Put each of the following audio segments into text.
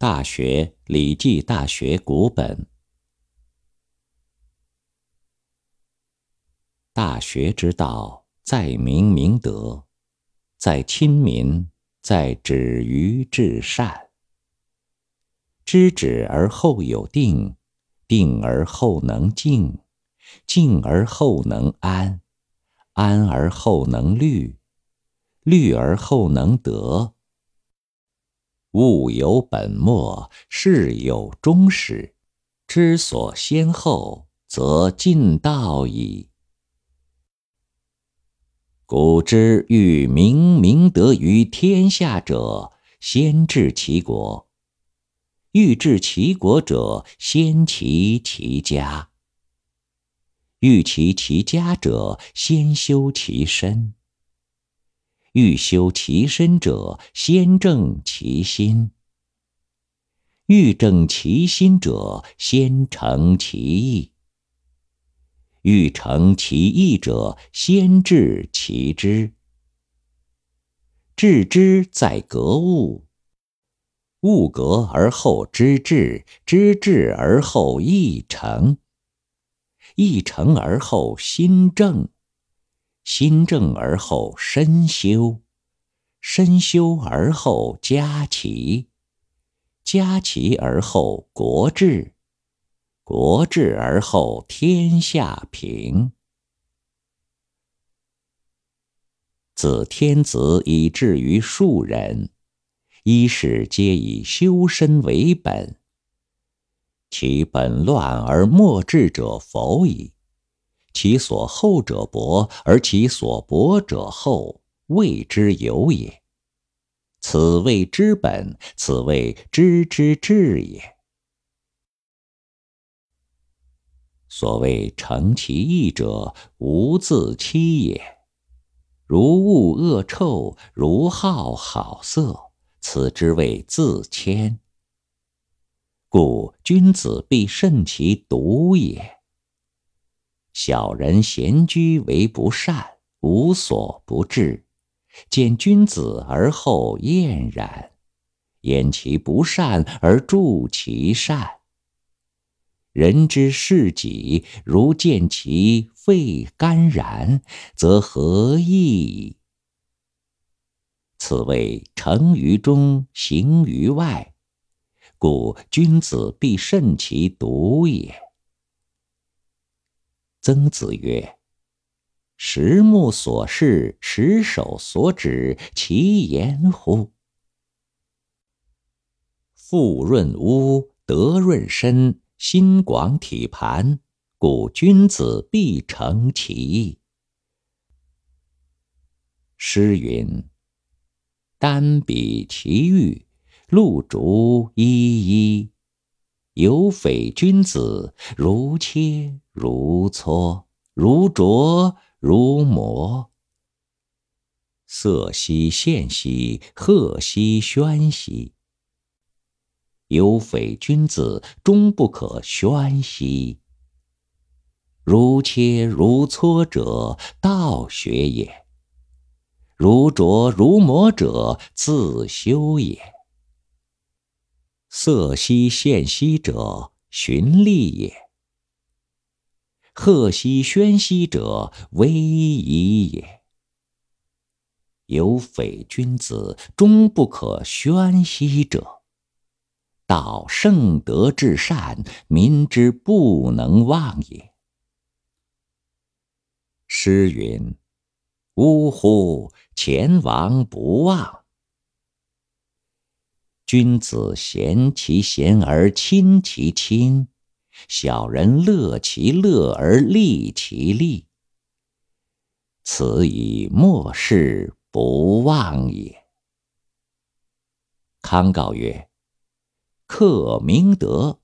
大学《礼记大学》古本。大学之道，在明明德，在亲民，在止于至善。知止而后有定，定而后能静，静而后能安，安而后能虑，虑而后能得。物有本末，事有终始，知所先后，则近道矣。古之欲明明德于天下者，先治其国；欲治其国者，先齐其家；欲齐其家者，先修其身；欲修其身者，先正其心；欲正其心者，先诚其意；欲诚其意者，先治其知。致知在格物，物格而后知至，知至而后意诚，意诚而后心正，心正而后身修，身修而后家齐，家齐而后国治，国治而后天下平。自天子以至于庶人，伊始皆以修身为本。其本乱而末治者否矣，其所厚者薄，而其所薄者厚，谓之有也。此谓之本，此谓知之至也。所谓诚其意者，无自欺也。如恶恶臭，如好好色，此之谓自谦。故君子必慎其独也。小人闲居为不善，无所不至，见君子而后厌然，厌其不善而助其善。人之视己，如见其肺肝然，则何益矣？此谓诚于中，行于外，故君子必慎其独也。曾子曰：十目所视，十手所指，其言乎？腹润屋，德润身，心广体盘，故君子必诚其意。诗云：丹比其玉，露竹依依。有匪君子，如切如磋，如琢如磨。色兮宪兮，赫兮宣兮。有匪君子，终不可宣兮。如切如磋者，道学也；如琢如磨者，自修也。色兮宪兮者，循吏也；赫兮宣兮者，威仪也。有匪君子，终不可宣兮者，道圣德至善，民之不能忘也。诗云：呜呼！前王不忘。君子贤其贤而亲其亲，小人乐其乐而利其利。此以末世不忘也。康告曰：克明德。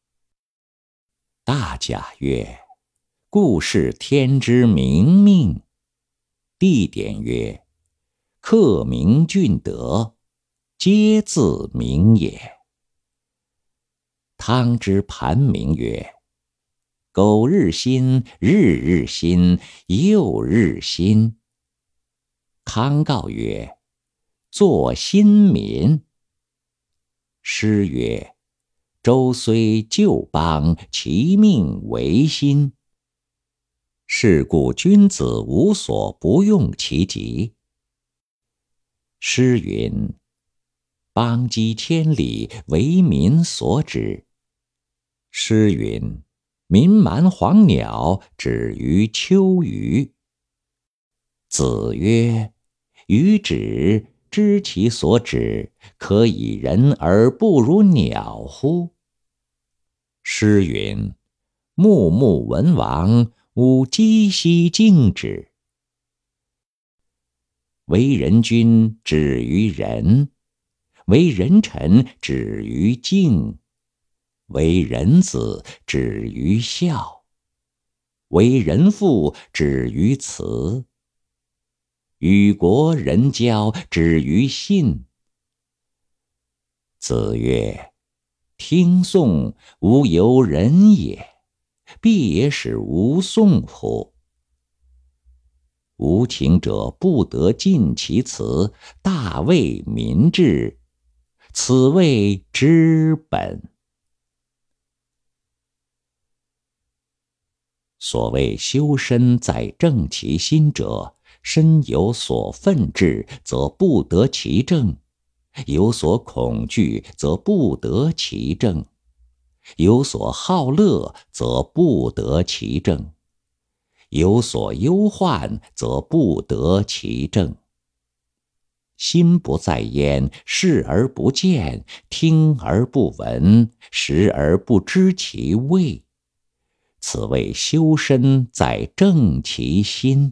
大甲曰：故是天之明命。地点曰：克明俊德，皆自明也。汤之盘铭曰：苟日新，日日新，又日新。康告曰：作新民。 诗曰：周虽旧邦，其命维新。是故君子无所不用其极。诗云：邦畿千里，为民所指。诗云：民蛮黄鸟，止于秋鱼。子曰：予止，知其所止，可以人而不如鸟乎？诗云：穆穆文王，吾鸡兮敬止。为人君，止于仁；为人臣，止于敬；为人子，止于孝；为人父，止于慈；与国人交，止于信。子曰：听讼，无由人也，必也使无讼乎？无情者不得尽其辞，大为民治，此谓之本。所谓修身在正其心者，身有所愤志，则不得其正；有所恐惧，则不得其正；有所好乐，则不得其正；有所忧患，则不得其正。心不在焉，视而不见，听而不闻，食而不知其味。此谓修身在正其心。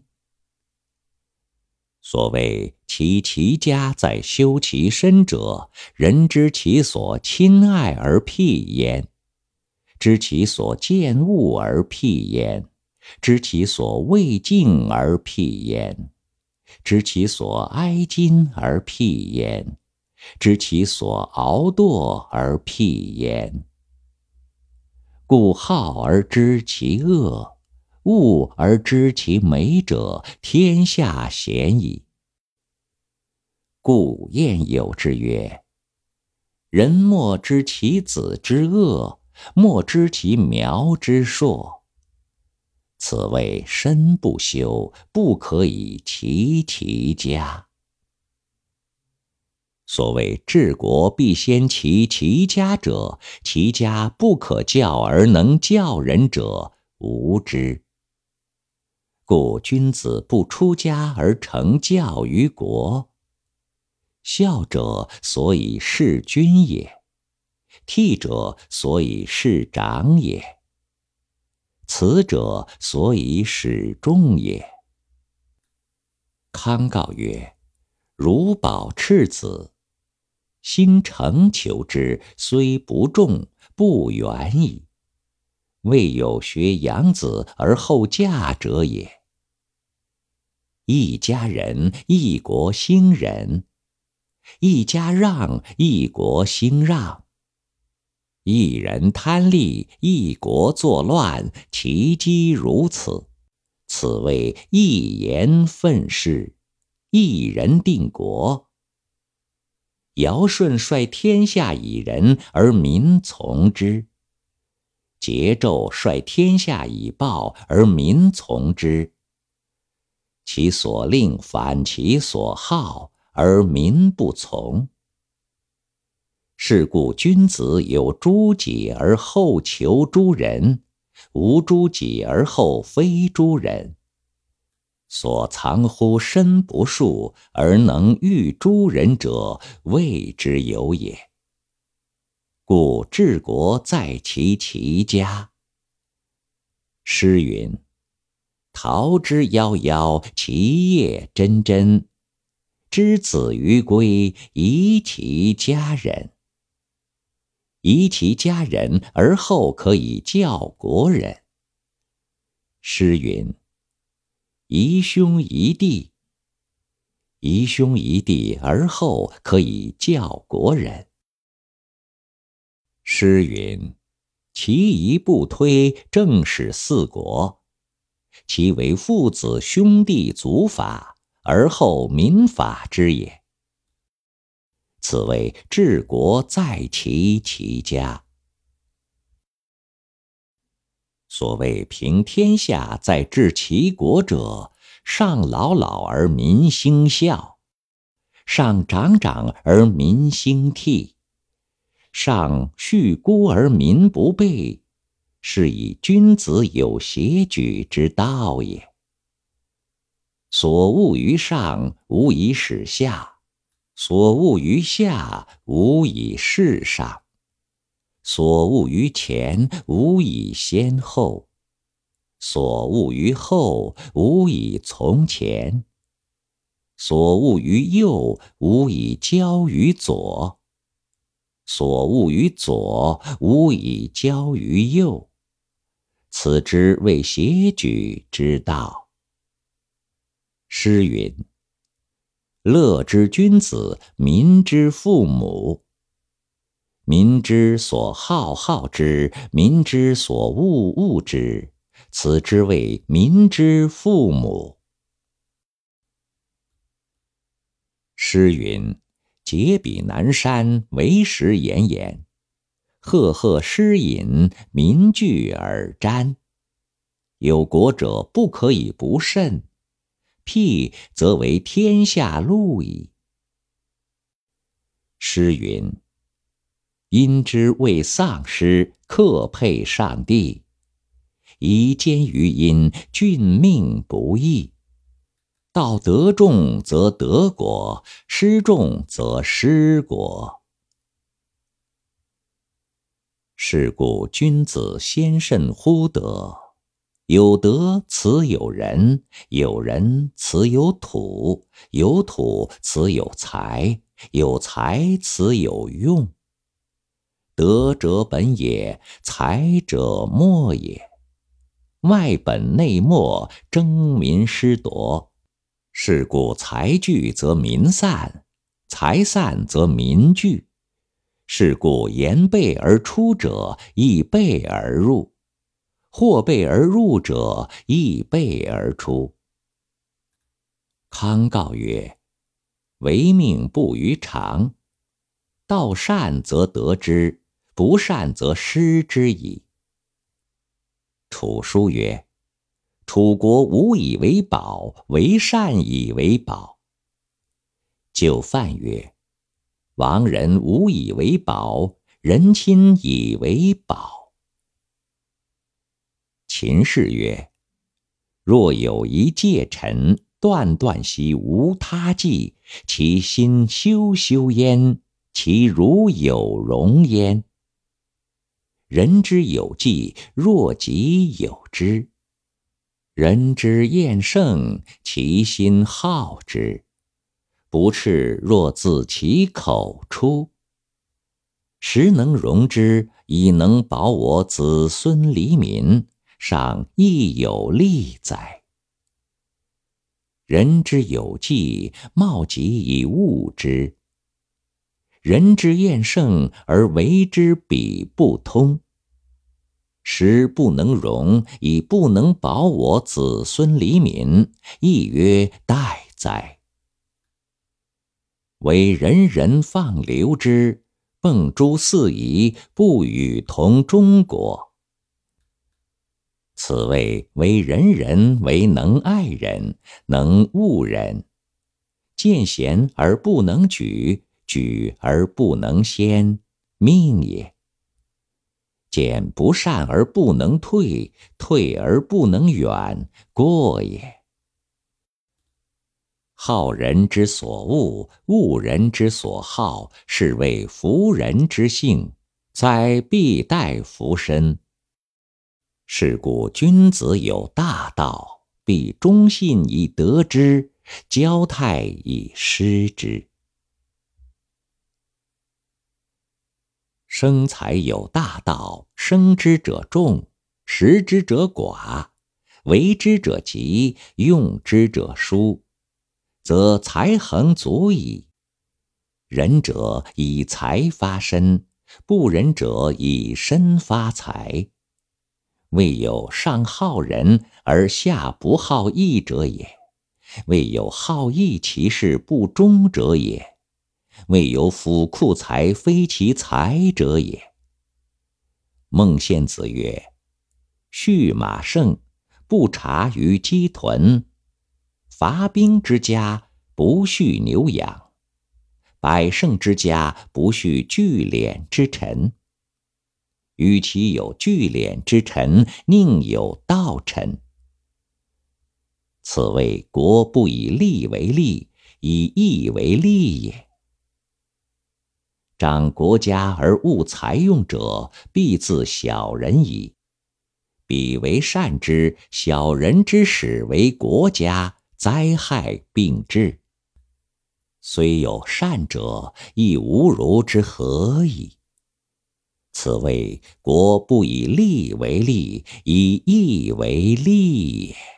所谓其其家在修其身者，人知其所亲爱而辟焉，知其所见恶而辟焉，知其所畏敬而辟焉，知其所哀矜而辟焉，知其所傲惰而辟焉。故好而知其恶，恶而知其美者，天下鲜矣。故谚有之曰：人莫知其子之恶，莫知其苗之硕。此谓身不修，不可以齐其家。所谓治国必先齐其家者，其家不可教而能教人者，无之。故君子不出家而成教于国。孝者，所以事君也；悌者，所以事长也；慈者，所以使众也。康告曰：如保赤子，心诚求之，虽不重，不远矣。未有学养子而后嫁者也。一家人，一国兴仁；一家让，一国兴让；一人贪利，一国作乱，其机如此。此谓一言愤世，一人定国。尧舜率天下以仁，而民从之；桀纣率天下以暴，而民从之。其所令反其所好，而民不从。是故君子有诸己而后求诸人，无诸己而后非诸人。所藏乎身不术，而能御诸人者，谓之有也。故治国在其其家。诗云：桃之夭夭，其叶蓁蓁。之子于归，宜其家人。宜其家人，而后可以教国人。诗云：宜兄宜弟。宜兄宜弟，而后可以教国人。诗云：其仪不推，正使四国。其为父子兄弟族法，而后民法之也。 此谓治国在其家。所谓平天下在治其国者，上老老而民兴孝，上长长而民兴悌，上恤孤而民不备，是以君子有协举之道也。所恶于上，无以使下；所恶于下，无以事上；所恶于前，无以先后；所恶于后，无以从前；所恶于右，无以交于左；所恶于左，无以交于右。此之谓协举之道。诗云：乐之君子，民之父母。民之所好，好之；民之所恶，恶之。此之谓民之父母。诗云：解彼南山，为时炎炎。赫赫诗饮，民聚而瞻。有国者不可以不慎，辟则为天下路矣。诗云：因之谓丧失，克配上帝。夷坚于殷，俊命不义。道德重则得国，失重则失国。是故君子先慎乎德。有德此有人，有人此有土，有土此有财，有财此有用。德者本也，财者末也。外本内末，争民失夺。是故财聚则民散，财散则民聚。是故言备而出者，亦备而入；或备而入者，亦备而出。康告曰：唯命不于常。道善则得之，不善则失之矣。楚书曰：楚国无以为宝，为善以为宝。就范曰：亡人无以为宝，人亲以为宝。秦氏曰：若有一介臣，断断兮无他计，其心修修焉，其如有容焉。人之有计，若己有之；人之厌胜，其心好之。不赤若自其口出。时能容之，以能保我子孙黎民，尚亦有利哉。人之有计，貌己以物之。人之厌胜，而为之彼不通。时不能容，以不能保我子孙黎民，亦曰殆哉。惟人人放流之，迸诸四夷，不与同中国。此谓为人人为能爱人，能恶人。见贤而不能举，举而不能先，命也。见不善而不能退，退而不能远，过也。好人之所恶，恶人之所好，是谓夫人之性，哉必待夫身。是故君子有大道，必忠信以得之，交泰以失之。生财有大道，生之者众，食之者寡，为之者急，用之者疏，则财恒足矣。仁者以财发身，不仁者以身发财。未有上好人而下不好义者也，未有好义其事不忠者也， 未有府库财非其财者也。孟献子曰：畜马胜，不察于鸡豚；伐兵之家，不畜牛羊；百胜之家，不畜聚敛之臣。与其有聚敛之臣，宁有盗臣。此谓国不以利为利，以义为利也。长国家而务财用者，必自小人矣。彼为善之，小人之始为国家，灾害并至。虽有善者，亦无如之何矣。此谓国不以利为利，以义为利也。